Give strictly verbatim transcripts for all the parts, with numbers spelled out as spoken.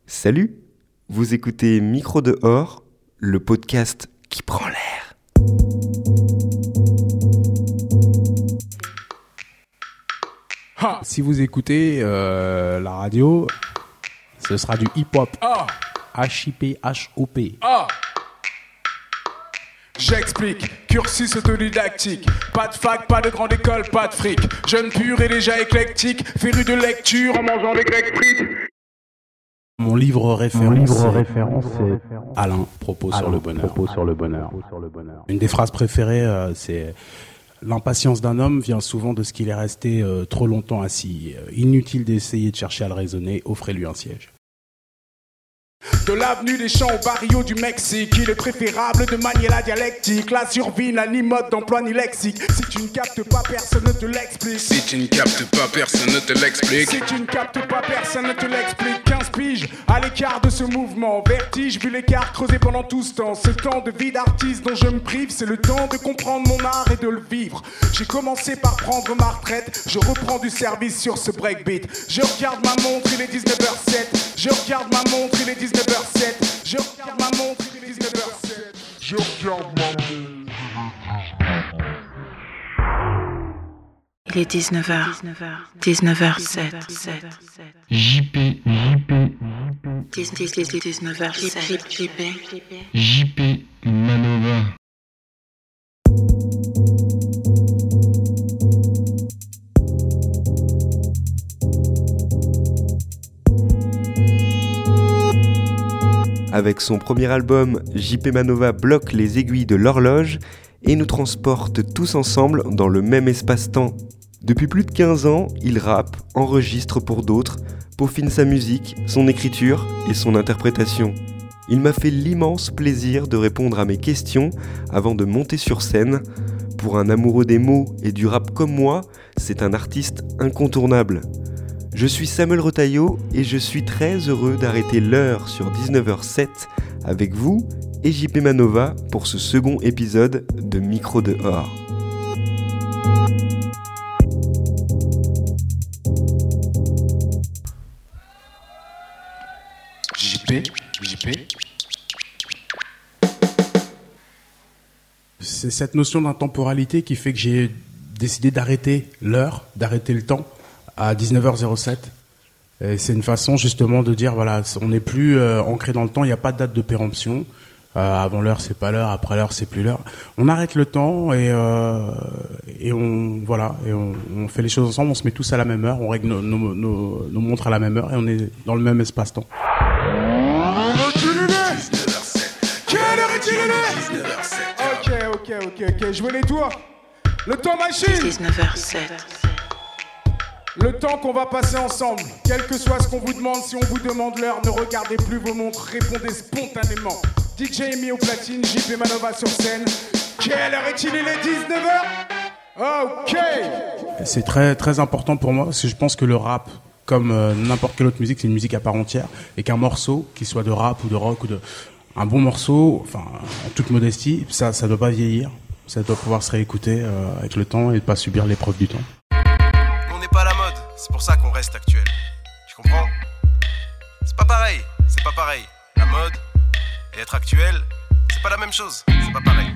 Salut, vous écoutez Micro dehors, le podcast qui prend l'air. Ha. Si vous écoutez euh, la radio, ce sera du hip-hop. Ah. H I P H O P. Ah. J'explique, cursus autodidactique. Pas de fac, pas de grande école, pas de fric. Jeune pur et déjà éclectique, féru de lecture en mangeant des grecs frites. Mon livre référence, Mon livre c'est référence, c'est Alain, Propos, Alain, sur, le bonheur. Propos sur le bonheur. Une des phrases préférées, euh, c'est « L'impatience d'un homme vient souvent de ce qu'il est resté euh, trop longtemps assis. Inutile d'essayer de chercher à le raisonner, offrez-lui un siège. » De l'avenue des champs au barrio du Mexique, il est préférable de manier la dialectique. La survie n'a ni mode d'emploi ni lexique. Si tu ne captes pas, personne ne te l'explique. Si tu ne captes pas, personne ne te l'explique. Si tu ne captes pas, personne ne te l'explique. quinze piges à l'écart de ce mouvement. Vertige, vu l'écart creusé pendant tout ce temps. Ce temps de vie d'artiste dont je me prive, c'est le temps de comprendre mon art et de le vivre. J'ai commencé par prendre ma retraite. Je reprends du service sur ce breakbeat. Je regarde ma montre, il est dix-neuf heures sept. Je regarde ma montre, il est dix-neuf heures sept. Je regarde ma montre, il est dix-neuf heures sept. Je regarde ma montre. Il est dix-neuf heures. dix-neuf heures sept. J P, J P, dix-neuf heures sept. J P. J P Manova. Avec son premier album, J P Manova bloque les aiguilles de l'horloge et nous transporte tous ensemble dans le même espace-temps. Depuis plus de quinze ans, il rappe, enregistre pour d'autres, peaufine sa musique, son écriture et son interprétation. Il m'a fait l'immense plaisir de répondre à mes questions avant de monter sur scène. Pour un amoureux des mots et du rap comme moi, c'est un artiste incontournable. Je suis Samuel Retailleau et je suis très heureux d'arrêter l'heure sur dix-neuf heures sept avec vous et J P Manova pour ce second épisode de Micro dehors. J P, J P. C'est cette notion d'intemporalité qui fait que j'ai décidé d'arrêter l'heure, d'arrêter le temps à dix-neuf heures sept. Et c'est une façon justement de dire, voilà, on n'est plus euh, ancré dans le temps, il n'y a pas de date de péremption. Euh, avant l'heure, c'est pas l'heure, après l'heure, c'est plus l'heure. On arrête le temps et, euh, et on, voilà, et on, on fait les choses ensemble, on se met tous à la même heure, on règle nos, nos, nos, nos montres à la même heure et on est dans le même espace-temps. Quelle heure est-il? dix-neuf heures sept. Ok, ok, ok, ok, je veux les tours. Le temps machine. dix-neuf heures sept. Le temps qu'on va passer ensemble, quel que soit ce qu'on vous demande, si on vous demande l'heure, ne regardez plus vos montres, répondez spontanément. D J Amy au platine, J P Manova sur scène. Quelle heure est-il? Il est dix-neuf heures. Ok. C'est très très important pour moi parce que je pense que le rap, comme euh, n'importe quelle autre musique, c'est une musique à part entière et qu'un morceau, qu'il soit de rap ou de rock ou de un bon morceau, enfin en toute modestie, ça ça doit pas vieillir, ça doit pouvoir se réécouter euh, avec le temps et ne pas subir l'épreuve du temps. Pas la mode, c'est pour ça qu'on reste actuel. Tu comprends? C'est pas pareil, c'est pas pareil. La mode et être actuel, c'est pas la même chose, c'est pas pareil.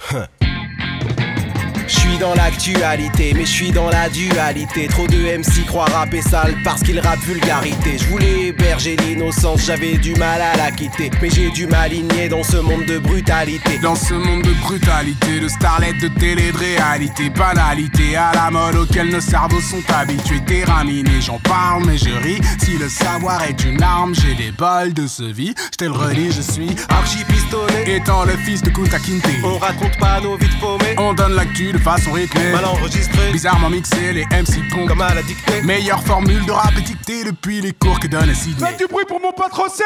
Je suis dans l'actualité, mais je suis dans la dualité. Trop de M C croient rapper sale parce qu'ils rappent vulgarité. Je voulais héberger l'innocence, j'avais du mal à la quitter. Mais j'ai dû m'aligner dans ce monde de brutalité. Dans ce monde de brutalité, de starlet, de télé, de réalité, banalité à la mode auquel nos cerveaux sont habitués. Terminé, j'en parle mais je ris. Si le savoir est une arme, j'ai des balles de ce vie. Je te le redis, je suis archi pistonné, étant le fils de Kunta Kinte. On raconte pas nos vies de paumés, on donne l'actu de façon rythmée, mal enregistré, bizarrement mixé, les M C pompent comme à la dictée. Meilleure formule de rap étiquetée depuis les cours que donne Sydney. Faites du bruit pour mon pote Rossé,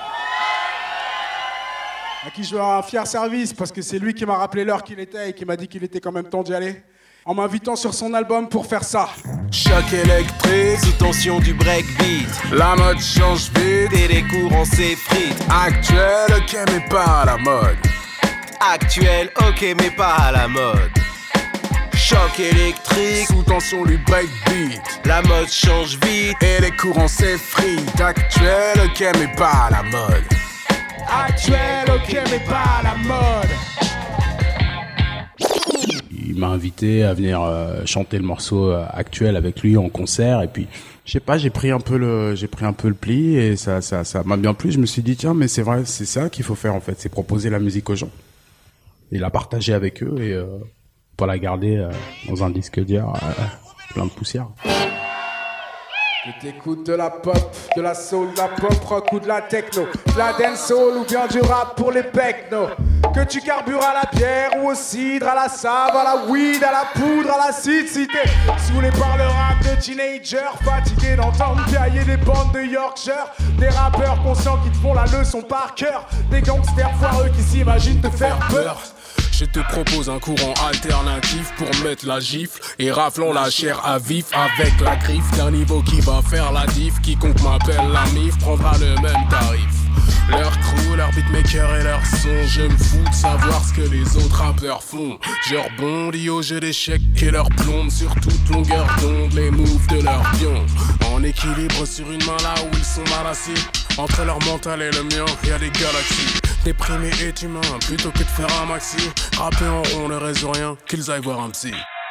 à qui je veux un fier service parce que c'est lui qui m'a rappelé l'heure qu'il était et qui m'a dit qu'il était quand même temps d'y aller en m'invitant sur son album pour faire ça. Choc électrique, sous tension du breakbeat, la mode change vite et les courants s'effritent. Actuel, ok mais pas à la mode. Actuel, ok mais pas à la mode. choc électrique. Sous tension du breakbeat. La mode change vite. Et les courants s'effritent. Actuel, ok mais pas à la mode. Actuel, ok mais pas à la mode. Il m'a invité à venir euh, chanter le morceau euh, actuel avec lui en concert et puis je sais pas, j'ai pris un peu le j'ai pris un peu le pli et ça ça ça m'a bien plu. Je me suis dit tiens mais c'est vrai, c'est ça qu'il faut faire en fait, c'est proposer la musique aux gens et la partager avec eux et euh, pas la garder euh, dans un disque dur euh, plein de poussière. Que t'écoutes de la pop, de la soul, de la pop rock ou de la techno, de la dancehall ou bien du rap pour les pecnos. Que tu carbures à la bière ou au cidre, à la save, à la weed, à la poudre, à la cité. Saoulé par le rap de teenagers, fatigué d'entendre piailler des bandes de Yorkshire. Des rappeurs conscients qui te font la leçon par cœur. Des gangsters foireux qui s'imaginent te faire peur. Je te propose un courant alternatif pour mettre la gifle et raflons la chair à vif avec la griffe d'un niveau qui va faire la diff. Quiconque m'appelle la mif prendra le même tarif. Leur crew, leur beatmaker et leur son, je me fous de savoir ce que les autres rappeurs font. Je rebondis au jeu d'échecs et leur plombe sur toute longueur d'onde les moves de leur pion. En équilibre sur une main là où ils sont mal assis. Entre leur mental et le mien, y'a des galaxies. Déprimé est humain, plutôt que de faire un maxi. Rapper en rond ne résout rien, qu'ils aillent voir un psy.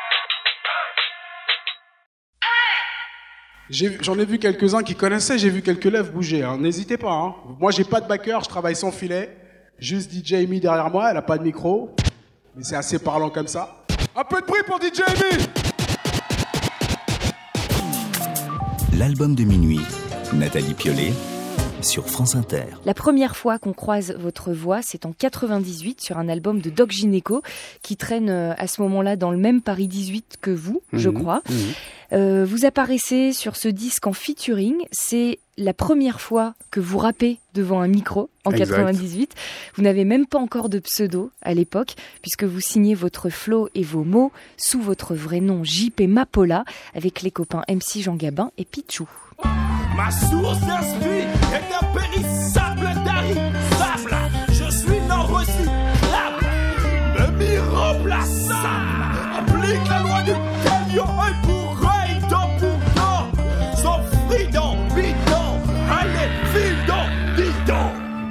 J'ai, j'en ai vu quelques-uns qui connaissaient, j'ai vu quelques lèvres bouger, hein. N'hésitez pas, hein. Moi j'ai pas de backer, je travaille sans filet. Juste D J Amy derrière moi, elle a pas de micro. Mais c'est assez parlant comme ça. Un peu de bruit pour D J Amy. L'album de minuit, Nathalie Piollet, sur France Inter. La première fois qu'on croise votre voix, c'est en quatre-vingt-dix-huit sur un album de Doc Gynéco qui traîne à ce moment-là dans le même Paris dix-huit que vous, mmh, je crois. Mmh. Euh, vous apparaissez sur ce disque en featuring. C'est la première fois que vous rappez devant un micro en exact. quatre-vingt-dix-huit. Vous n'avez même pas encore de pseudo à l'époque puisque vous signez votre flow et vos mots sous votre vrai nom J P Mapola avec les copains M C Jean Gabin et Pichou. Ma source d'inspiration est impérissable, intarissable. Je suis non recyclable, même irremplaçable. Applique la loi du talion, œil pour œil, dent pour dent. Sans frident, bidon, allez, fidon, bidon.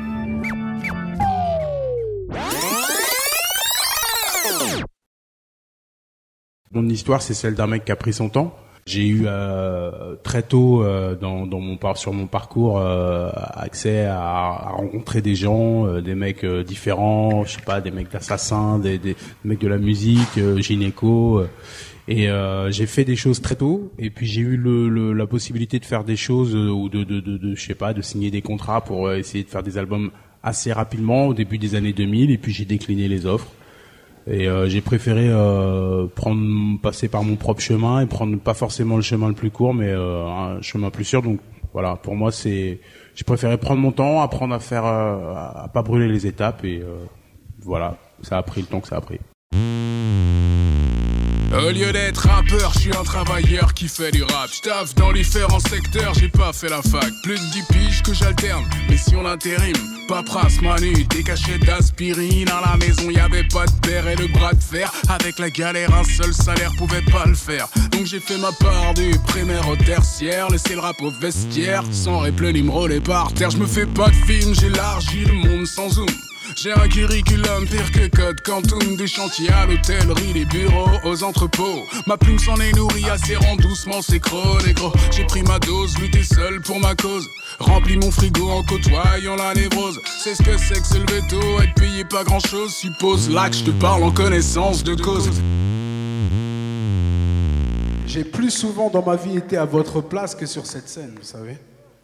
Mon histoire, c'est celle d'un mec qui a pris son temps. J'ai eu euh, très tôt euh, dans, dans mon sur mon parcours euh, accès à, à rencontrer des gens, euh, des mecs euh, différents, je sais pas, des mecs d'assassins, des, des mecs de la musique, euh, gynéco, euh, et euh, j'ai fait des choses très tôt. Et puis j'ai eu le, le, la possibilité de faire des choses euh, ou de, de, de, de je sais pas, de signer des contrats pour euh, essayer de faire des albums assez rapidement au début des années deux mille. Et puis j'ai décliné les offres. Et euh, j'ai préféré euh, prendre passer par mon propre chemin et prendre pas forcément le chemin le plus court mais euh, un chemin plus sûr. Donc voilà, pour moi c'est j'ai préféré prendre mon temps, apprendre à faire euh, à pas brûler les étapes et euh, voilà, ça a pris le temps que ça a pris. Au lieu d'être rappeur, je suis un travailleur qui fait du rap. J'taffe dans différents secteurs, j'ai pas fait la fac. Plus de dix piges que j'alterne, mission d'intérim. Paperasse, manu, des cachettes d'aspirine. À la maison y'avait pas de père et le bras de fer. Avec la galère, un seul salaire pouvait pas le faire. Donc j'ai fait ma part du primaire au tertiaire. Laissé le rap au vestiaire, sans réplé ni me rôler par terre. J'me fais pas de film, j'élargis le monde sans zoom. J'ai un curriculum pire que Code Quantum. Des chantiers à l'hôtellerie, des bureaux aux entrepôts. Ma plume s'en est nourrie, acérant doucement ses crocs, les gros. J'ai pris ma dose, lutté seul pour ma cause. Remplis mon frigo en côtoyant la névrose. C'est ce que c'est que se lever tôt, être payé pas grand chose. Suppose là que je te parle en connaissance de cause. J'ai plus souvent dans ma vie été à votre place que sur cette scène, vous savez.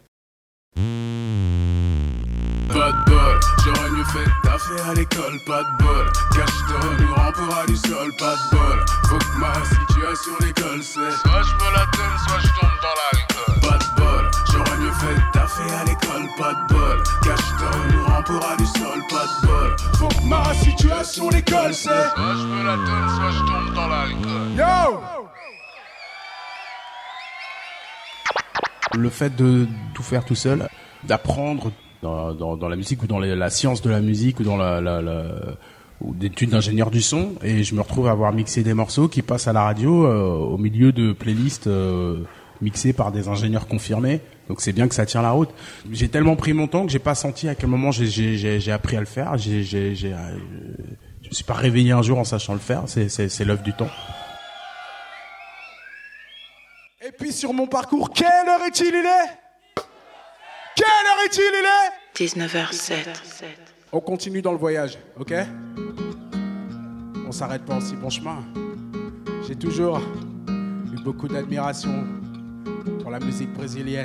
Pas de bol, j'aurais mieux fait taffer à l'école, pas de bol. Cache-toi, nous remplira du sol, pas de bol. Faut que ma situation d'école c'est soit je me la donne, soit je tombe dans l'alcool. Pas de bol, j'aurais mieux fait taffer à l'école, pas de bol. Cache-toi, nous remplira du sol, pas de bol. Faut que ma situation d'école c'est soit je me la donne, soit je tombe dans l'alcool. Yo! Le fait de tout faire tout seul, d'apprendre Dans, dans, dans la musique ou dans la, la science de la musique ou dans la, la, la ou d'études d'ingénieur du son, et je me retrouve à avoir mixé des morceaux qui passent à la radio euh, au milieu de playlists euh, mixées par des ingénieurs confirmés. Donc c'est bien que ça tient la route. J'ai tellement pris mon temps que j'ai pas senti à quel moment j'ai, j'ai, j'ai, j'ai appris à le faire. J'ai, j'ai, j'ai, euh, je me suis pas réveillé un jour en sachant le faire. C'est, c'est, c'est l'œuvre du temps. Et puis sur mon parcours, quelle heure est-il, il est Quelle heure est-il, il est dix-neuf heures sept. On continue dans le voyage, ok? On s'arrête pas en si bon chemin. J'ai toujours eu beaucoup d'admiration pour la musique brésilienne.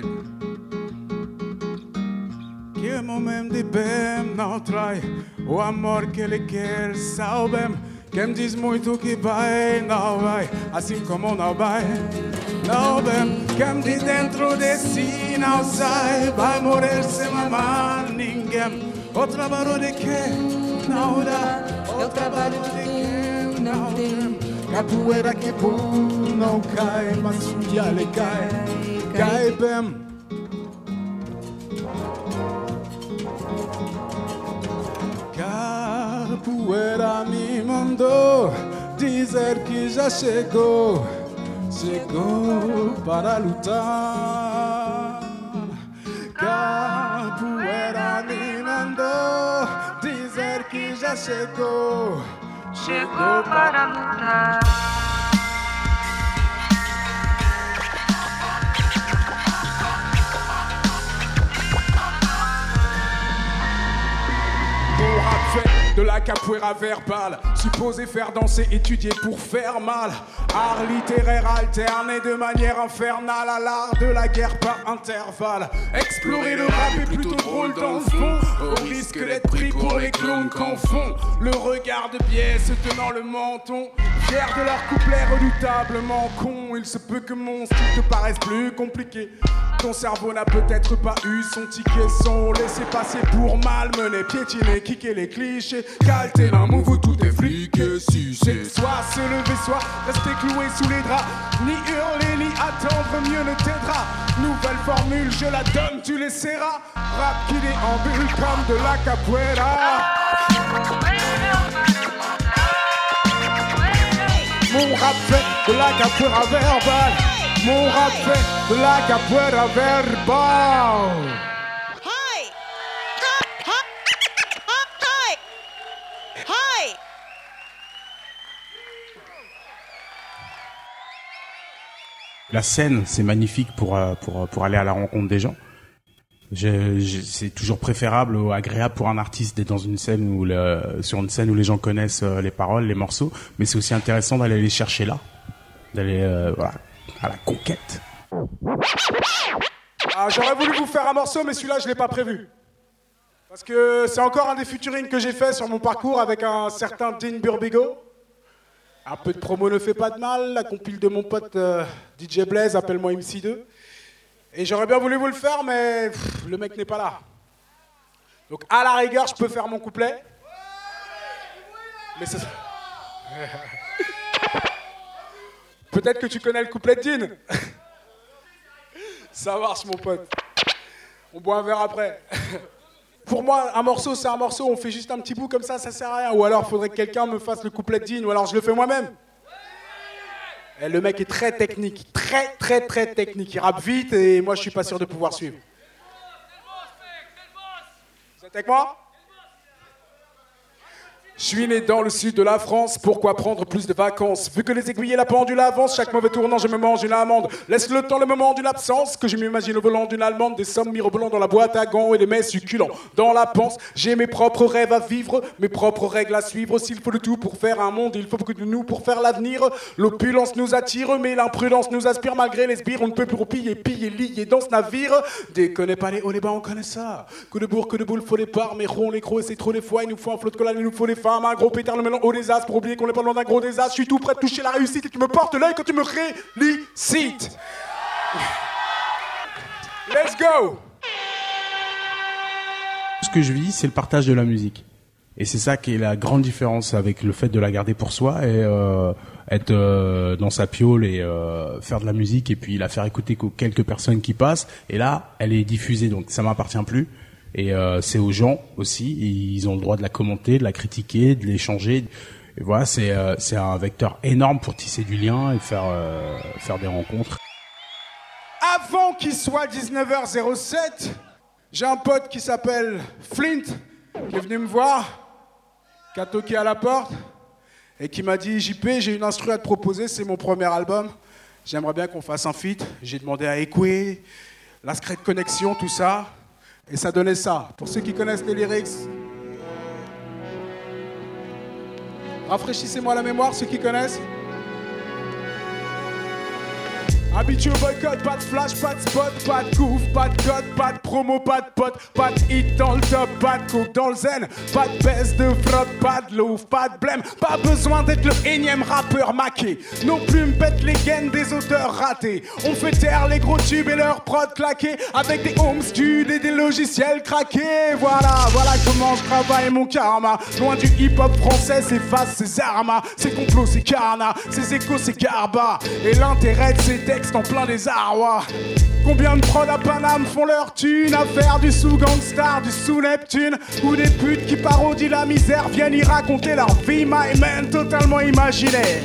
Que momento de bem não trai o amor que ele quer, saibam. Quem diz muito que vai, não vai, assim como não vai. Não bem, quem de dentro de si não sai, vai morrer sem amar ninguém. O trabalho de que não dá, o trabalho de que não tem. Capoeira que bom não cai, mas um dia ele cai, cai bem. Capoeira me mandou dizer que já chegou, chegou para lutar. Capoeira me mandou dizer que já chegou, chegou para lutar. De la capoeira verbale, supposé faire danser, étudier pour faire mal. Art littéraire alterné de manière infernale à l'art de la guerre par intervalle. Explorer le rap est plutôt drôle dans le fond, au risque d'être pris pour les clones qu'en font. Le regard de biais se tenant le menton, fier de leur couplet redoutablement con. Il se peut que mon style te paraisse plus compliqué. Ton cerveau n'a peut-être pas eu son ticket son laissé passer pour malmener, piétiner, kicker les clichés. Calter un move où tout est fliqué, si c'est soit se lever, soit rester cloué sous les draps. Ni hurler, ni attendre, mieux ne t'aidera. Nouvelle formule, je la donne, tu l'essaieras. Rap qui déambule comme de la capoeira. Mon rap fait de la capoeira verbale. Mon rap fait de la capoeira verbale. La scène, c'est magnifique pour, pour, pour aller à la rencontre des gens. Je, je, c'est toujours préférable ou agréable pour un artiste d'être dans une scène où le, sur une scène où les gens connaissent les paroles, les morceaux, mais c'est aussi intéressant d'aller les chercher là, d'aller euh, voilà, à la conquête. Ah, j'aurais voulu vous faire un morceau, mais celui-là, je l'ai pas prévu. Parce que c'est encore un des featuring que j'ai fait sur mon parcours avec un certain Dean Burbigo. Un peu de promo ne fait pas de mal, la compile de mon pote euh, D J Blaze, appelle-moi M C deux. Et j'aurais bien voulu vous le faire, mais pff, le mec n'est pas là. Donc à la rigueur, je peux faire mon couplet. Mais c'est... Peut-être que tu connais le couplet de Dean. Ça marche, mon pote. On boit un verre après. Pour moi, un morceau, c'est un morceau, on fait juste un petit bout comme ça, ça sert à rien. Ou alors, il faudrait que quelqu'un me fasse le couplet de Dean, ou alors je le fais moi-même. Et le mec est très technique, très, très, très technique. Il rappe vite et moi, je suis pas sûr de pouvoir suivre. Vous êtes avec moi ? Je suis né dans le sud de la France, pourquoi prendre plus de vacances? Vu que les aiguilles et la pendule avancent, chaque mauvais tournant je me mange une amende. Laisse le temps le moment d'une absence, que je m'imagine au volant d'une allemande. Des sommes mirobolants dans la boîte à gants et des mets succulents dans la panse. J'ai mes propres rêves à vivre, mes propres règles à suivre. S'il faut de tout pour faire un monde, il faut beaucoup de nous pour faire l'avenir. L'opulence nous attire, mais l'imprudence nous aspire. Malgré les sbires, on ne peut plus piller, piller, lier dans ce navire. Déconnez pas les hauts, les bas, on connaît ça. Que de bourre, que de boule, faut les parts, mais rond, les crocs, c'est trop les fois. Il nous faut un flot de collane, il nous faut les femmes. Un gros pétard, le mélange au désastre, pour oublier qu'on est pas loin d'un gros désastre. Je suis tout prêt de toucher la réussite et tu me portes l'œil quand tu me félicites. Let's go. Ce que je vis, c'est le partage de la musique. Et c'est ça qui est la grande différence avec le fait de la garder pour soi et euh, être euh, dans sa piole et euh, faire de la musique et puis la faire écouter qu'aux quelques personnes qui passent. Et là, elle est diffusée, donc ça m'appartient plus. Et euh, c'est aux gens aussi, ils ont le droit de la commenter, de la critiquer, de l'échanger. Et voilà, c'est euh, c'est un vecteur énorme pour tisser du lien et faire euh, faire des rencontres. Avant qu'il soit dix-neuf heures zéro sept, j'ai un pote qui s'appelle Flint qui est venu me voir, qui a toqué à la porte et qui m'a dit « J P, j'ai une instru à te proposer, c'est mon premier album. J'aimerais bien qu'on fasse un feat. » J'ai demandé à Ekwe, la Secret Connection, tout ça. Et ça donnait ça. Pour ceux qui connaissent les lyrics, rafraîchissez-moi la mémoire, ceux qui connaissent. Habitué au boycott, pas de flash, pas de spot, pas de gouffre, pas de code, pas de promo, pas de pote, pas de hit dans le top, pas de coke dans le zen, pas de baisse de frotte, pas de loaf, pas de blême, pas besoin d'être le énième rappeur maqué, non plus me pète les gaines des auteurs ratés. On fait taire les gros tubes et leurs prods claqués avec des home studios et des logiciels craqués. Voilà, voilà comment je travaille mon karma. Loin du hip-hop français, s'efface ses armes, ses complots, ses carnas, ses échos, ses garbas. Et l'intérêt de ces textes en plein désarroi. Combien de prods à Paname font leur thune à faire du sous-gangstar, du sous-Neptune, ou des putes qui parodient la misère viennent y raconter leur vie, my man, totalement imaginaire.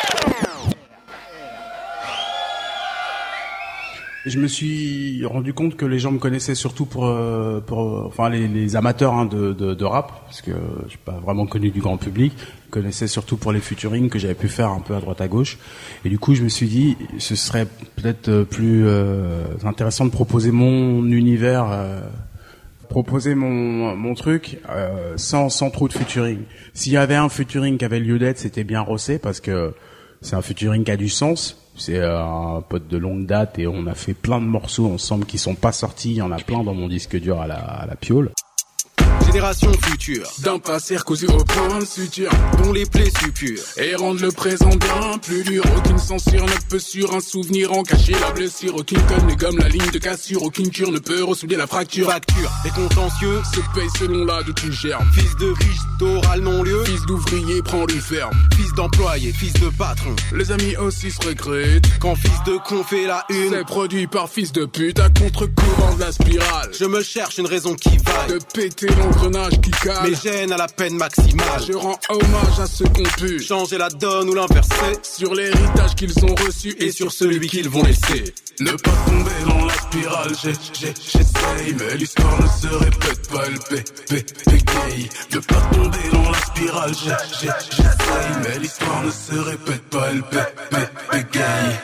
Je me suis rendu compte que les gens me connaissaient surtout pour, euh, pour euh, enfin les, les amateurs hein, de, de, de rap, parce que je suis pas vraiment connu du grand public. Ils me connaissaient surtout pour les featuring que j'avais pu faire un peu à droite à gauche. Et du coup, je me suis dit, ce serait peut-être plus euh, intéressant de proposer mon univers, euh, proposer mon mon truc euh, sans sans trop de featuring. S'il y avait un featuring qui avait lieu d'être, c'était bien Rossé, parce que c'est un featuring qui a du sens. C'est un pote de longue date et on a fait plein de morceaux ensemble qui sont pas sortis. Il y en a plein dans mon disque dur à la, à la Piole. Génération future, d'un passé causé au point de suture, dont les plaies suppurent et rendent le présent bien plus dur. Aucune censure ne peut sur un souvenir en cacher la blessure. Aucune conne ne gomme la ligne de cassure. Aucune cure ne peut ressouder la fracture. Facture, les contentieux se payent selon là de tout germe. Fils de riche, d'oral non-lieu. Fils d'ouvrier, prend lui ferme. Fils d'employé, fils de patron. Les amis aussi se regrettent quand fils de con fait la une. C'est produit par fils de pute à contre-courant de la spirale. Je me cherche une raison qui vaille de péter l'engrenage qui cale. Mes gènes à la peine maximale. Je rends hommage à ceux qu'on pu changer la donne ou l'inverser sur l'héritage qu'ils ont reçu et, et sur celui qu'ils vont laisser. Ne pas tomber dans la spirale, j'ai, j'ai, j'essaye, mais l'histoire ne se répète pas, elle bé, bé, bégaye. Ne pas tomber dans la spirale, j'ai, j'ai, j'essaye, mais l'histoire ne se répète pas, elle bé, bé, bégaye.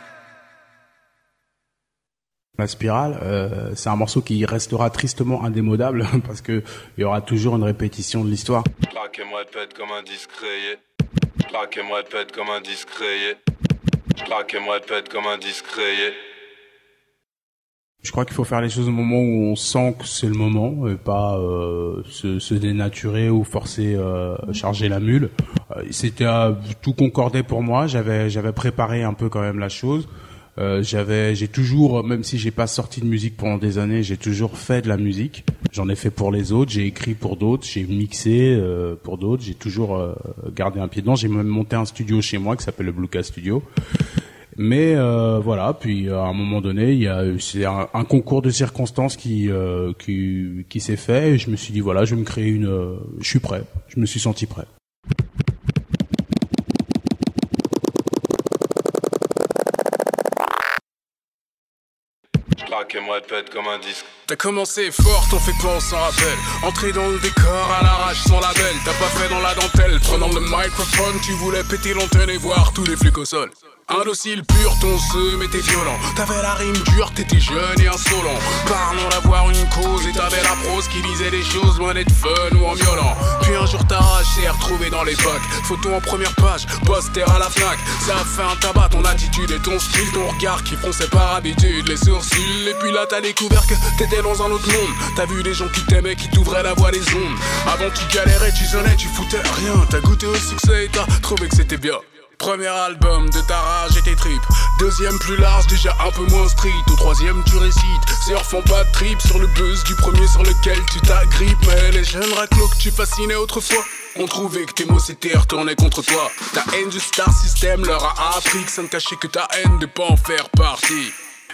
La spirale, euh, c'est un morceau qui restera tristement indémodable parce que il y aura toujours une répétition de l'histoire. Crac et me répète comme un discret. Crac et me répète comme un discret. Crac et me répète comme un discret. Je crois qu'il faut faire les choses au moment où on sent que c'est le moment et pas euh, se, se dénaturer ou forcer euh, charger la mule. Euh, c'était euh, tout concordait pour moi. J'avais j'avais préparé un peu quand même la chose. Euh, j'avais, j'ai toujours, même si j'ai pas sorti de musique pendant des années, j'ai toujours fait de la musique. J'en ai fait pour les autres, j'ai écrit pour d'autres, j'ai mixé euh, pour d'autres. J'ai toujours euh, gardé un pied dedans. J'ai même monté un studio chez moi qui s'appelle le Blue Cat Studio. Mais euh, voilà, puis à un moment donné, il y a c'est un, un concours de circonstances qui euh, qui qui s'est fait. Et je me suis dit voilà, je vais me créer une. Euh, je suis prêt. Je me suis senti prêt. Crac et me répète comme un disque. T'as commencé fort, t'en fais pas, on s'en rappelle. Entré dans le décor à l'arrache sans label. T'as pas fait dans la dentelle, prenant le microphone. Tu voulais péter l'antenne et voir tous les flics au sol. Indocile pur, ton seum était violent. T'avais la rime dure, t'étais jeune et insolent. Parlons d'avoir une cause et t'avais la prose qui disait des choses loin d'être fun ou en violent. Puis un jour ta rage s'est retrouvée dans les packs. Photo en première page, poster à la Fnac. Ça a fait un tabac, ton attitude et ton style. Ton regard qui fronçait par habitude les sourcils. Et puis là t'as découvert que t'étais dans un autre monde. T'as vu des gens qui t'aimaient, qui t'ouvraient la voie des ondes. Avant tu galérais, tu sonnais, tu foutais rien. T'as goûté au succès et t'as trouvé que c'était bien. Premier album de ta rage et tes tripes. Deuxième plus large, déjà un peu moins street. Au troisième tu récites, surf en pas de trip. Sur le buzz du premier sur lequel tu t'agrippes. Mais les jeunes raclos que tu fascinais autrefois ont trouvé que tes mots s'étaient retournés contre toi. Ta haine du star system leur a appris que ça ne cachait que ta haine de pas en faire partie.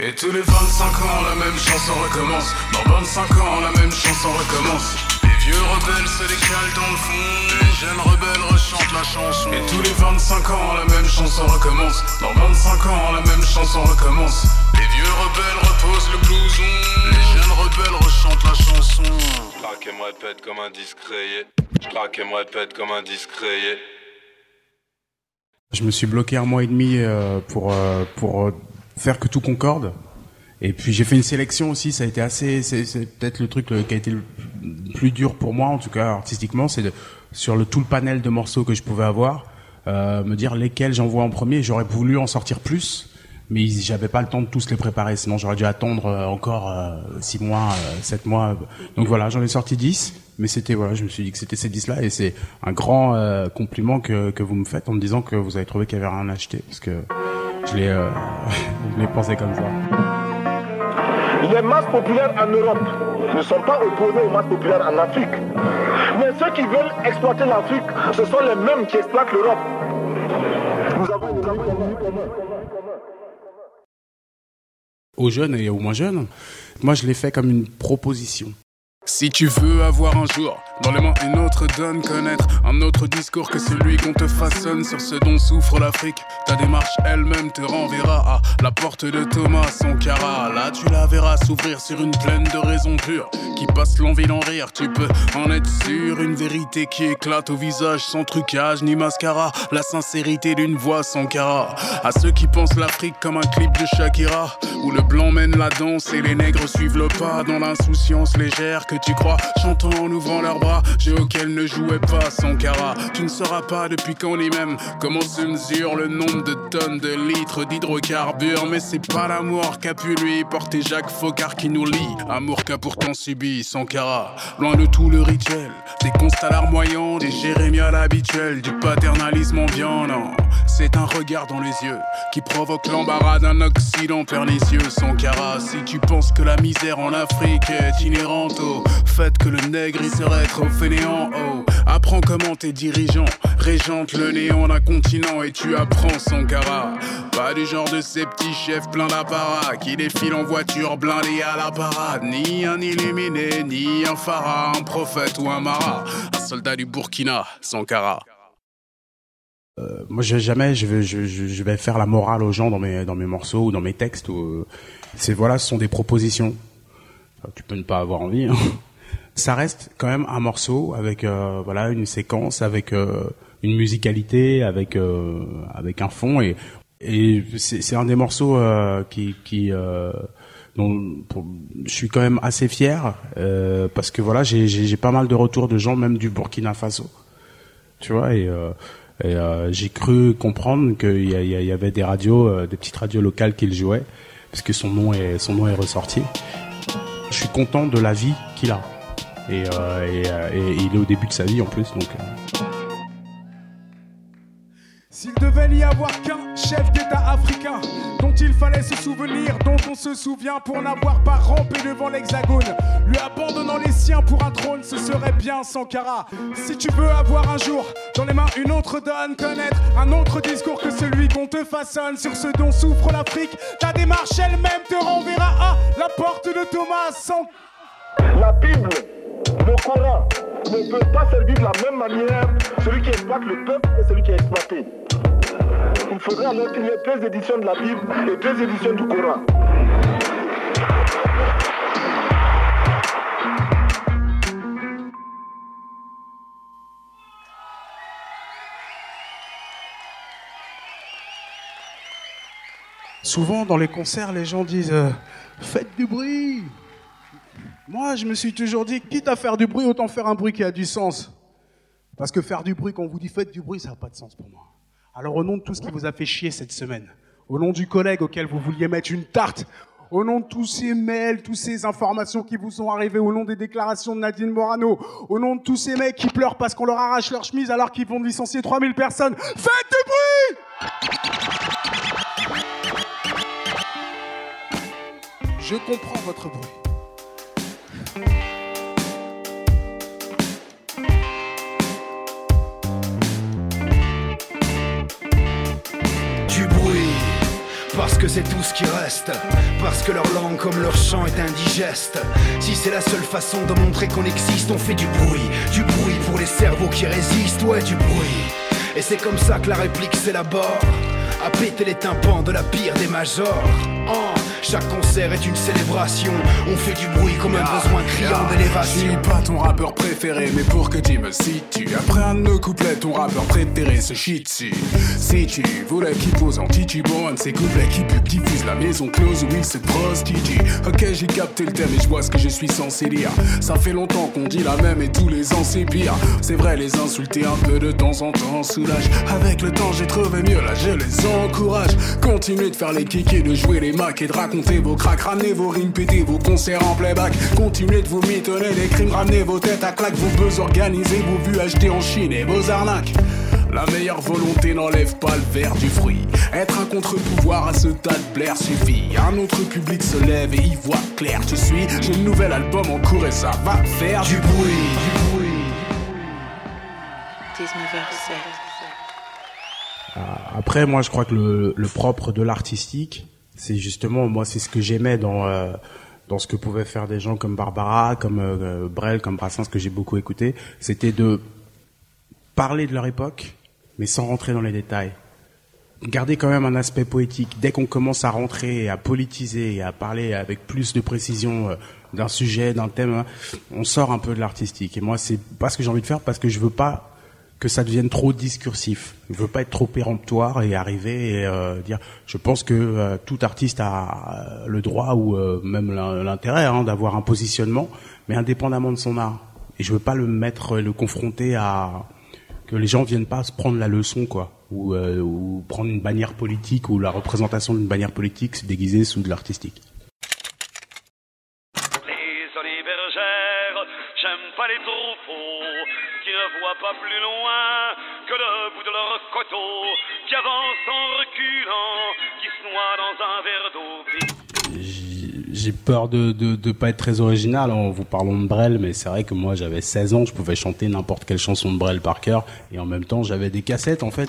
Et tous les vingt-cinq ans, la même chanson recommence. Dans vingt-cinq ans, la même chanson recommence. Les vieux rebelles se décalent dans le fond. Les jeunes rebelles rechantent la chanson. Et tous les vingt-cinq ans, la même chanson recommence. Dans vingt-cinq ans, la même chanson recommence. Les vieux rebelles reposent le blouson. Les jeunes rebelles rechantent la chanson. J'craque et me répète comme un disque rayé. J'craque et me répète comme un disque rayé. Je me suis bloqué un mois et demi euh, pour euh, pour euh, faire que tout concorde. Et puis j'ai fait une sélection aussi. Ça a été assez. C'est, c'est peut-être le truc le, qui a été le plus dur pour moi, en tout cas artistiquement, c'est de, sur le tout le panel de morceaux que je pouvais avoir, euh, me dire lesquels j'envoie en premier. J'aurais voulu en sortir plus, mais j'avais pas le temps de tous les préparer. Sinon j'aurais dû attendre euh, encore euh, six mois, euh, sept mois. Donc voilà, j'en ai sorti dix. Mais c'était voilà, je me suis dit que c'était ces dix-là, et c'est un grand euh, compliment que que vous me faites en me disant que vous avez trouvé qu'il y avait rien à acheter, parce que je l'ai euh, je l'ai pensé comme ça. Les masses populaires en Europe ne sont pas opposées aux masses populaires en Afrique. Mais ceux qui veulent exploiter l'Afrique, ce sont les mêmes qui exploitent l'Europe. Nous avons une Aux jeunes et aux moins jeunes, moi je l'ai fait comme une proposition. Si tu veux avoir un jour dans les mains une autre donne, connaître un autre discours que celui qu'on te façonne sur ce dont souffre l'Afrique, ta démarche elle-même te renverra à la porte de Thomas Sankara. Là tu la verras s'ouvrir sur une plaine de raisons pures qui passe l'envie d'en rire, tu peux en être sûr. Une vérité qui éclate au visage sans trucage ni mascara, la sincérité d'une voix Sankara. À ceux qui pensent l'Afrique comme un clip de Shakira, où le blanc mène la danse et les nègres suivent le pas dans l'insouciance légère que tu crois, chantant en ouvrant leurs bras, jeu auquel ne jouait pas Sankara. Tu ne sauras pas depuis quand ni même comment se mesure le nombre de tonnes de litres d'hydrocarbures, mais c'est pas l'amour qu'a pu lui porter Jacques Foccart qui nous lie, amour qu'a pourtant subi Sankara. Loin de tout le rituel, des constats larmoyants, des jérémiades habituels, du paternalisme ambiant, non. C'est un regard dans les yeux qui provoque l'embarras d'un Occident pernicieux. Sankara, si tu penses que la misère en Afrique est inhérente au fait que le nègre il serait trop fainéant, oh, apprends comment tes dirigeants régentent le néant d'un continent et tu apprends Sankara. Pas du genre de ces petits chefs pleins d'apparat qui défilent en voiture blindée à la parade. Ni un illuminé, ni un pharaon, un prophète ou un marat, un soldat du Burkina, Sankara. Euh, moi, je, jamais je vais, je, je, je vais faire la morale aux gens dans mes, dans mes morceaux ou dans mes textes. Ou, euh, c'est voilà, ce sont des propositions. Enfin, tu peux ne pas avoir envie. Hein. Ça reste quand même un morceau avec euh, voilà une séquence, avec euh, une musicalité, avec euh, avec un fond et et c'est, c'est un des morceaux euh, qui qui euh, dont pour, je suis quand même assez fier euh, parce que voilà j'ai, j'ai j'ai pas mal de retours de gens même du Burkina Faso, tu vois, et euh, Et euh, j'ai cru comprendre qu'il y, y, y avait des radios, euh, des petites radios locales qui le jouaient, parce que son nom est, son nom est ressorti. Je suis content de la vie qu'il a. Et, euh, et, et, et il est au début de sa vie en plus. Donc, euh... S'il devait n'y avoir qu'un chef d'État africain dont il fallait se souvenir, dont on se souvient pour n'avoir pas rampé devant l'hexagone, lui abandonnant les siens pour un trône, ce serait bien Sankara. Si tu veux avoir un jour dans les mains une autre donne, connaître un autre discours que celui qu'on te façonne sur ce dont souffre l'Afrique, ta démarche elle-même te renverra à la porte de Thomas Sankara. La Bible, le Coran ne peut pas servir de la même manière celui qui exploite le peuple et celui qui est exploité. Il faudrait alors qu'il y ait deux éditions de la Bible et deux éditions du Coran. Souvent dans les concerts, les gens disent euh, « Faites du bruit !» Moi, je me suis toujours dit, quitte à faire du bruit, autant faire un bruit qui a du sens. Parce que faire du bruit, quand on vous dit « faites du bruit », ça n'a pas de sens pour moi. Alors au nom de tout ce qui vous a fait chier cette semaine, au nom du collègue auquel vous vouliez mettre une tarte, au nom de tous ces mails, toutes ces informations qui vous sont arrivées, au nom des déclarations de Nadine Morano, au nom de tous ces mecs qui pleurent parce qu'on leur arrache leur chemise alors qu'ils vont licencier trois mille personnes, faites du bruit! Je comprends votre bruit. Du bruit, parce que c'est tout ce qui reste. Parce que leur langue comme leur chant est indigeste. Si c'est la seule façon de montrer qu'on existe, on fait du bruit. Du bruit pour les cerveaux qui résistent, ouais du bruit. Et c'est comme ça que la réplique s'élabore, à péter les tympans de la pire des majors. Oh, chaque concert est une célébration. On fait du bruit comme un besoin criant d'élévation. Je suis pas ton rappeur préféré, mais pour que tu me situes, après un de nos couplets, ton rappeur préféré se chie dessus. Si tu voulais qu'il pose en titubant un de ces couplets qui pub, qui fuse la maison close, oui se prostitue. Ok, j'ai capté le thème et je vois ce que je suis censé dire. Ça fait longtemps qu'on dit la même et tous les ans c'est pire. C'est vrai, les insulter un peu de temps en temps soulage. Avec le temps j'ai trouvé mieux, là je les encourage. Continuez de faire les kikis, de jouer les macs et de raconter vos cracks. Ramenez vos rimes, pétez vos concerts en playback. Continuez de vous mitonner des crimes, ramenez vos têtes à claque, vos buzz organisés, vos vues achetées en Chine et vos arnaques. La meilleure volonté n'enlève pas le verre du fruit. Être un contre-pouvoir à ce tas de blaire suffit. Un autre public se lève et y voit clair. Tu suis, j'ai le nouvel album en cours et ça va faire du bruit. Du bruit. dix-neuf heures sept. Après, moi, je crois que le, le propre de l'artistique, c'est justement, moi, c'est ce que j'aimais dans euh, dans ce que pouvaient faire des gens comme Barbara, comme euh, Brel, comme Brassens, que j'ai beaucoup écouté. C'était de parler de leur époque, mais sans rentrer dans les détails. Garder quand même un aspect poétique. Dès qu'on commence à rentrer, à politiser et à parler avec plus de précision euh, d'un sujet, d'un thème, hein, on sort un peu de l'artistique. Et moi, c'est pas ce que j'ai envie de faire parce que je veux pas que ça devienne trop discursif. Je veux pas être trop péremptoire et arriver et euh, dire. Je pense que euh, tout artiste a le droit ou euh, même l'intérêt hein, d'avoir un positionnement, mais indépendamment de son art. Et je veux pas le mettre, le confronter à que les gens viennent pas se prendre la leçon, quoi, ou, euh, ou prendre une bannière politique ou la représentation d'une bannière politique se déguiser sous de l'artistique. Les olives bergères, j'aime pas les troupeaux qui ne voient pas plus loin que le bout de leur coteau, qui avancent en reculant, qui se noient dans un verre d'eau. J'ai peur de, de de pas être très original en vous parlant de Brel, mais c'est vrai que moi j'avais seize ans, je pouvais chanter n'importe quelle chanson de Brel par cœur, et en même temps j'avais des cassettes en fait.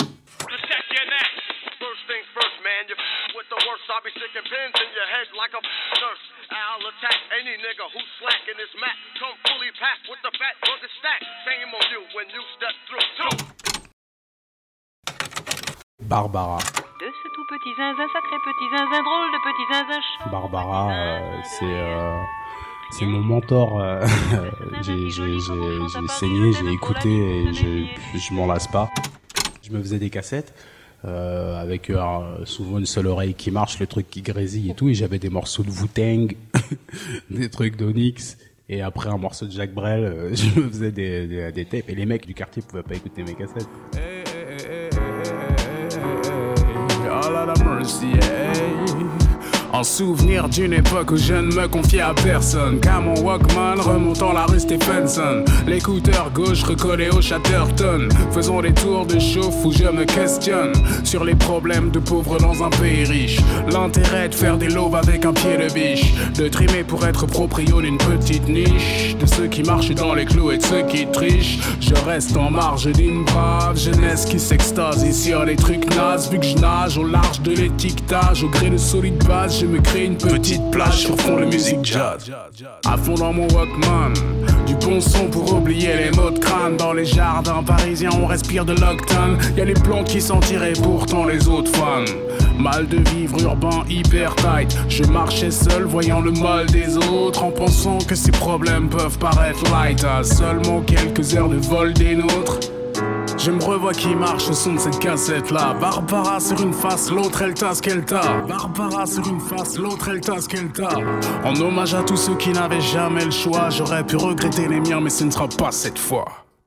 Barbara. De ce tout petit zinzin, sacré petit zinzin, drôle de petit zinzin. Barbara, euh, c'est euh, c'est mon mentor. Euh, j'ai j'ai j'ai j'ai saigné, j'ai écouté et je je m'en lasse pas. Je me faisais des cassettes euh, avec euh, souvent une seule oreille qui marche, le truc qui grésille et tout, et j'avais des morceaux de Wu-Tang, des trucs d'Onyx. Et après un morceau de Jacques Brel, euh, je me faisais des, des, des tapes. Et les mecs du quartier pouvaient pas écouter mes cassettes. Hey, hey, hey, hey, hey, all out of mercy, hey. En souvenir d'une époque où je ne me confiais à personne, qu'à mon Walkman remontant la rue Stephenson, l'écouteur gauche recollé au Chatterton. Faisons des tours de chauffe où je me questionne sur les problèmes de pauvres dans un pays riche. L'intérêt de faire des lobes avec un pied de biche, de trimer pour être proprio d'une petite niche, de ceux qui marchent dans les clous et de ceux qui trichent. Je reste en marge d'une brave jeunesse qui s'extasie sur les trucs nazes. Vu que je nage au large de l'étiquetage, au gré de solides bases, je me crée une petite plage sur fond de musique jazz. À fond dans mon Walkman, du bon son pour oublier les maux de crâne. Dans les jardins parisiens on respire de l'octane. Y'a les plans qui s'en tiraient pourtant les autres fans. Mal de vivre urbain hyper tight. Je marchais seul voyant le mal des autres, en pensant que ces problèmes peuvent paraître light. À seulement quelques heures de vol des nôtres, je me revois qui marche au son de cette cassette-là. Barbara sur une face, l'autre elle tasse qu'elle t'a. Barbara sur une face, l'autre elle tasse qu'elle t'a. En hommage à tous ceux qui n'avaient jamais le choix. J'aurais pu regretter les miens, mais ce ne sera pas cette fois.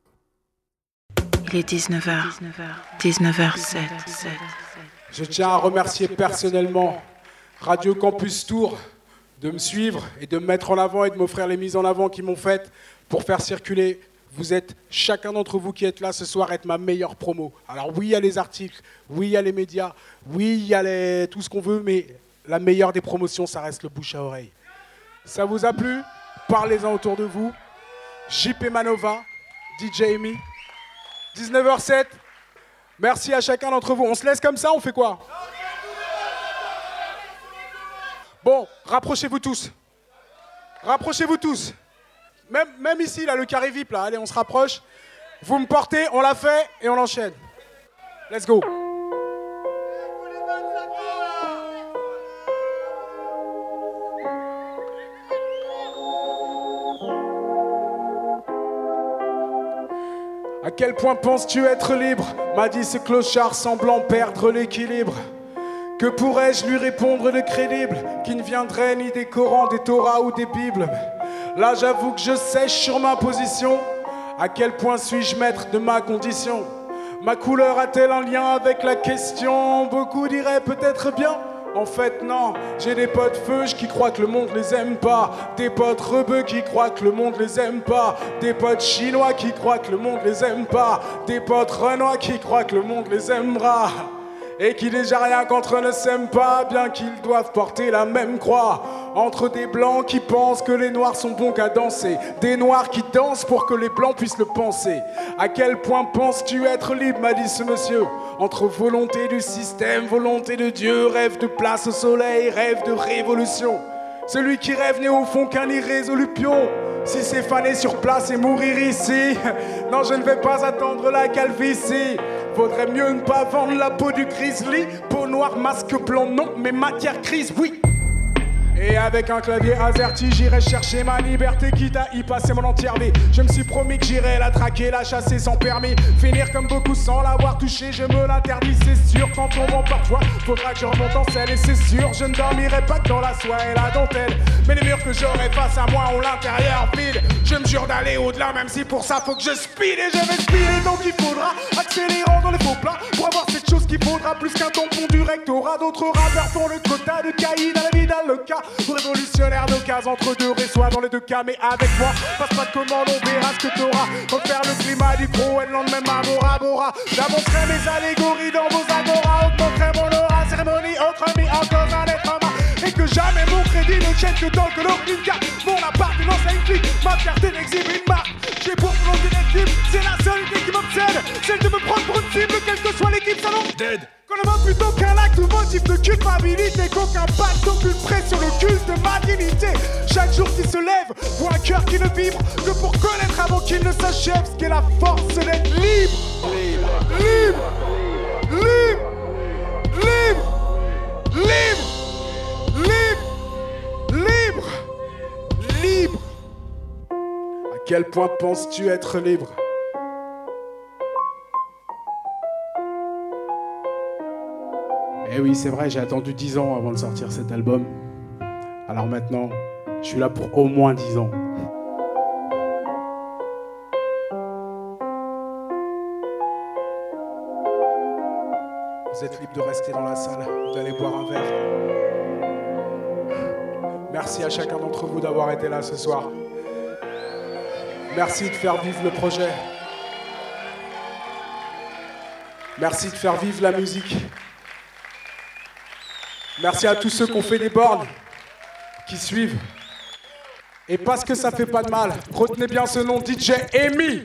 Il est dix-neuf heures. dix-neuf heures sept. Je tiens à remercier personnellement Radio Campus Tour de me suivre et de me mettre en avant et de m'offrir les mises en avant qu'ils m'ont faites pour faire circuler. Vous êtes, chacun d'entre vous qui êtes là ce soir, être ma meilleure promo. Alors oui, il y a les articles, oui, il y a les médias, oui, il y a les... tout ce qu'on veut, mais la meilleure des promotions, ça reste le bouche à oreille. Ça vous a plu? Parlez-en autour de vous. J P Manova, D J Amy, dix-neuf heures sept. Merci à chacun d'entre vous. On se laisse comme ça, on fait quoi? Bon, rapprochez-vous tous. Rapprochez-vous tous. Même, même ici, là, le carré V I P, là. Allez, on se rapproche. Vous me portez, on l'a fait et on enchaîne. Let's go. À quel point penses-tu être libre? M'a dit ce clochard semblant perdre l'équilibre. Que pourrais-je lui répondre de crédible? Qui ne viendrait ni des Corans, des Torahs ou des Bibles. Là j'avoue que je sèche sur ma position. À quel point suis-je maître de ma condition? Ma couleur a-t-elle un lien avec la question? Beaucoup diraient peut-être bien. En fait non, j'ai des potes feuges qui croient que le monde les aime pas. Des potes rebeux qui croient que le monde les aime pas. Des potes chinois qui croient que le monde les aime pas. Des potes renois qui croient que le monde les aimera. Et qui déjà rien qu'entre eux ne s'aiment pas, bien qu'ils doivent porter la même croix. Entre des blancs qui pensent que les noirs sont bons qu'à danser. Des noirs qui dansent pour que les blancs puissent le penser. À quel point penses-tu être libre, m'a dit ce monsieur? Entre volonté du système, volonté de Dieu, rêve de place au soleil, rêve de révolution. Celui qui rêve n'est au fond qu'un irrésolu pion. Si c'est faner sur place et mourir ici, non je ne vais pas attendre la calvitie. Vaudrait mieux ne pas vendre la peau du grizzly. Peau noire, masque blanc, non, mais matière grise, oui. Et avec un clavier AZERTY, j'irai chercher ma liberté, quitte à y passer mon entière vie. Je me suis promis que j'irai la traquer, la chasser sans permis. Finir comme beaucoup sans l'avoir touché, je me l'interdis, c'est sûr. Quand on vend parfois, faudra que je remonte en selle. Et c'est sûr, je ne dormirai pas que dans la soie et la dentelle. Mais les murs que j'aurai face à moi ont l'intérieur vide. Je me jure d'aller au-delà, même si pour ça faut que je speed. Et je vais speeder, donc il faudra accélérant dans les faux plats. Pour avoir cette chose qu'il faudra plus qu'un tampon du rectorat. D'autres rappeurs font le quota de caïd dans la vie dans le cas. Révolutionnaire d'occasion entre deux résois dans les deux cas. Mais avec moi, passe pas de commande, on verra ce que t'auras. Refaire le climat du pro et le lendemain à Bora Bora. J'avancerai mes allégories dans vos agoras. Augmenterai mon aura, cérémonie, autre mis en cause un être humain. Et que jamais mon crédit ne tienne que dans le chloroquine. Car mon appartenance à une clique, ma fierté n'exhibe une marque. J'ai pour mon directive, c'est la seule idée qui m'obsède. Celle de me prendre pour une cible, quelle que soit l'équipe, salon dead. Qu'on ne voit plutôt qu'un acte ou motif de culpabilité, qu'aucun pacte, aucune pression, le culte de ma dignité. Chaque jour qui se lève, voit un cœur qui ne vibre que pour connaître avant qu'il ne s'achève ce qu'est la force d'être libre. Libre, libre, libre, libre, libre, libre, libre, libre. À quel point penses-tu être libre? Eh oui, c'est vrai, j'ai attendu dix ans avant de sortir cet album. Alors maintenant, je suis là pour au moins dix ans. Vous êtes libre de rester dans la salle, d'aller boire un verre. Merci à chacun d'entre vous d'avoir été là ce soir. Merci de faire vivre le projet. Merci de faire vivre la musique. Merci à tous ceux qui ont fait des bornes, qui suivent. Et parce que ça fait pas de mal, retenez bien ce nom, D J Amy.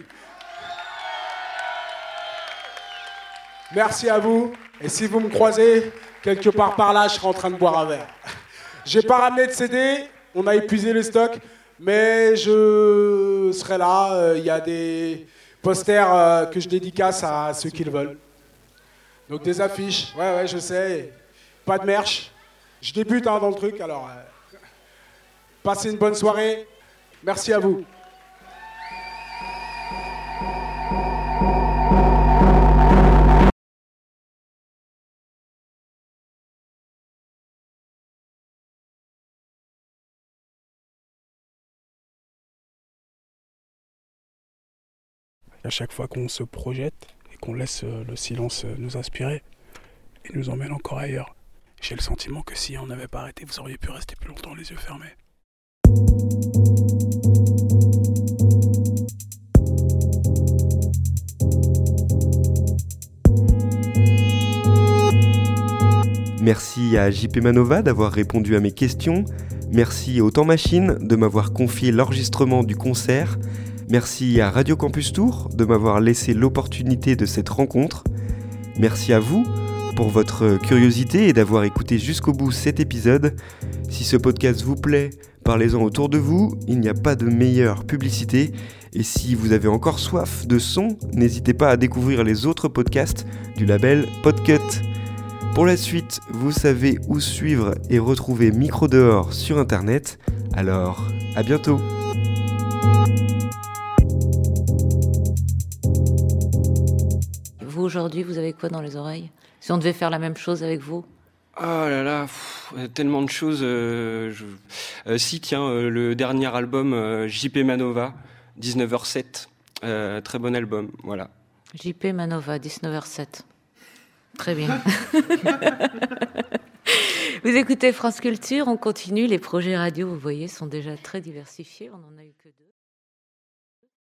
Merci à vous. Et si vous me croisez quelque part par là, je serai en train de boire un verre. J'ai pas ramené de C D, on a épuisé les stocks, mais je serai là. Il y a des posters que je dédicace à ceux qui le veulent. Donc des affiches, ouais ouais je sais. Pas de merch. Je débute hein, dans le truc, alors euh, passez une bonne soirée. Merci à vous. À chaque fois qu'on se projette et qu'on laisse le silence nous inspirer, et nous emmène encore ailleurs. J'ai le sentiment que si on n'avait pas arrêté, vous auriez pu rester plus longtemps les yeux fermés. Merci à J P Manova d'avoir répondu à mes questions. Merci au Temps Machine de m'avoir confié l'enregistrement du concert. Merci à Radio Campus Tour de m'avoir laissé l'opportunité de cette rencontre. Merci à vous pour votre curiosité et d'avoir écouté jusqu'au bout cet épisode. Si ce podcast vous plaît, parlez-en autour de vous, il n'y a pas de meilleure publicité. Et si vous avez encore soif de son, n'hésitez pas à découvrir les autres podcasts du label Podcut. Pour la suite, vous savez où suivre et retrouver Micro Dehors sur internet. Alors, à bientôt! Vous, aujourd'hui, vous avez quoi dans les oreilles? Si on devait faire la même chose avec vous? Oh là là, pff, tellement de choses. Euh, je... euh, si, tiens, euh, le dernier album, euh, J P Manova, dix-neuf heures sept. Euh, très bon album, voilà. J P Manova, dix-neuf heures sept. Très bien. Vous écoutez France Culture, on continue. Les projets radio, vous voyez, sont déjà très diversifiés. On en a